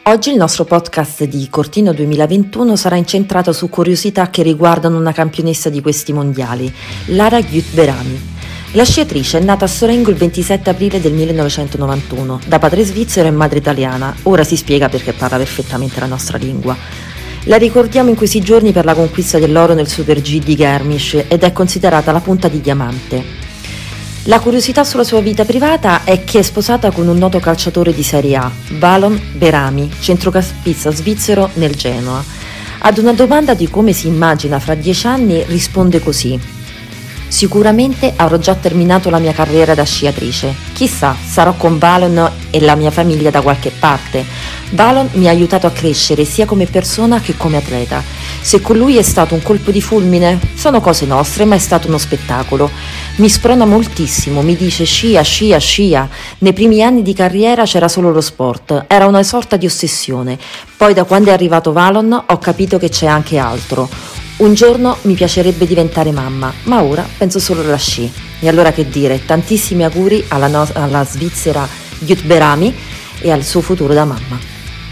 Oggi il nostro podcast di Cortino 2021 sarà incentrato su curiosità che riguardano una campionessa di questi mondiali, Lara Gyut-Berami. La sciatrice è nata a Sorengo il 27 aprile del 1991, da padre svizzero e madre italiana. Ora si spiega perché parla perfettamente la nostra lingua. La ricordiamo in questi giorni per la conquista dell'oro nel Super G di Garmisch ed è considerata la punta di diamante. La curiosità sulla sua vita privata è che è sposata con un noto calciatore di Serie A, Valon Berami, centrocampista svizzero nel Genoa. Ad una domanda di come si immagina fra 10 anni risponde così: sicuramente avrò già terminato la mia carriera da sciatrice. Chissà, sarò con Valon e la mia famiglia da qualche parte. Valon mi ha aiutato a crescere sia come persona che come atleta. Se con lui è stato un colpo di fulmine, sono cose nostre, ma è stato uno spettacolo. Mi sprona moltissimo, mi dice scia, scia, scia. Nei primi anni di carriera c'era solo lo sport, era una sorta di ossessione. Poi da quando è arrivato Valon ho capito che c'è anche altro. Un giorno mi piacerebbe diventare mamma, ma ora penso solo alla sci. E allora che dire, tantissimi auguri alla svizzera Gyut-Berami e al suo futuro da mamma.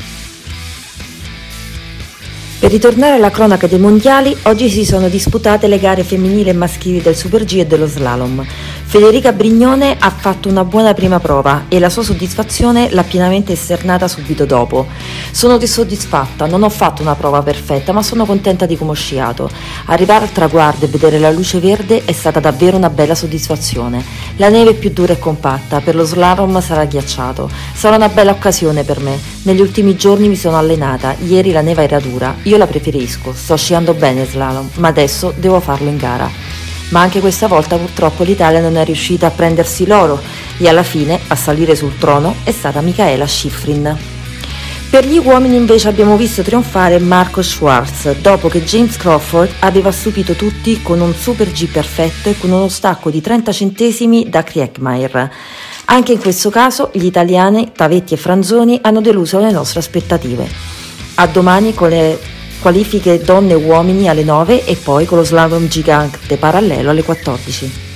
Per ritornare alla cronaca dei mondiali, oggi si sono disputate le gare femminili e maschili del Super G e dello slalom. Federica Brignone ha fatto una buona prima prova e la sua soddisfazione l'ha pienamente esternata subito dopo. Sono soddisfatta, non ho fatto una prova perfetta, ma sono contenta di come ho sciato. Arrivare al traguardo e vedere la luce verde è stata davvero una bella soddisfazione. La neve è più dura e compatta, per lo slalom sarà ghiacciato. Sarà una bella occasione per me. Negli ultimi giorni mi sono allenata, ieri la neve era dura. Io la preferisco, sto sciando bene slalom, ma adesso devo farlo in gara. Ma anche questa volta purtroppo l'Italia non è riuscita a prendersi l'oro e alla fine a salire sul trono è stata Michaela Schifrin. Per gli uomini invece abbiamo visto trionfare Marco Schwarz dopo che James Crawford aveva stupito tutti con un Super G perfetto e con uno stacco di 30 centesimi da Kriechmayr. Anche in questo caso gli italiani Tavetti e Franzoni hanno deluso le nostre aspettative. A domani con le qualifiche donne e uomini alle 9 e poi con lo slalom gigante parallelo alle 14.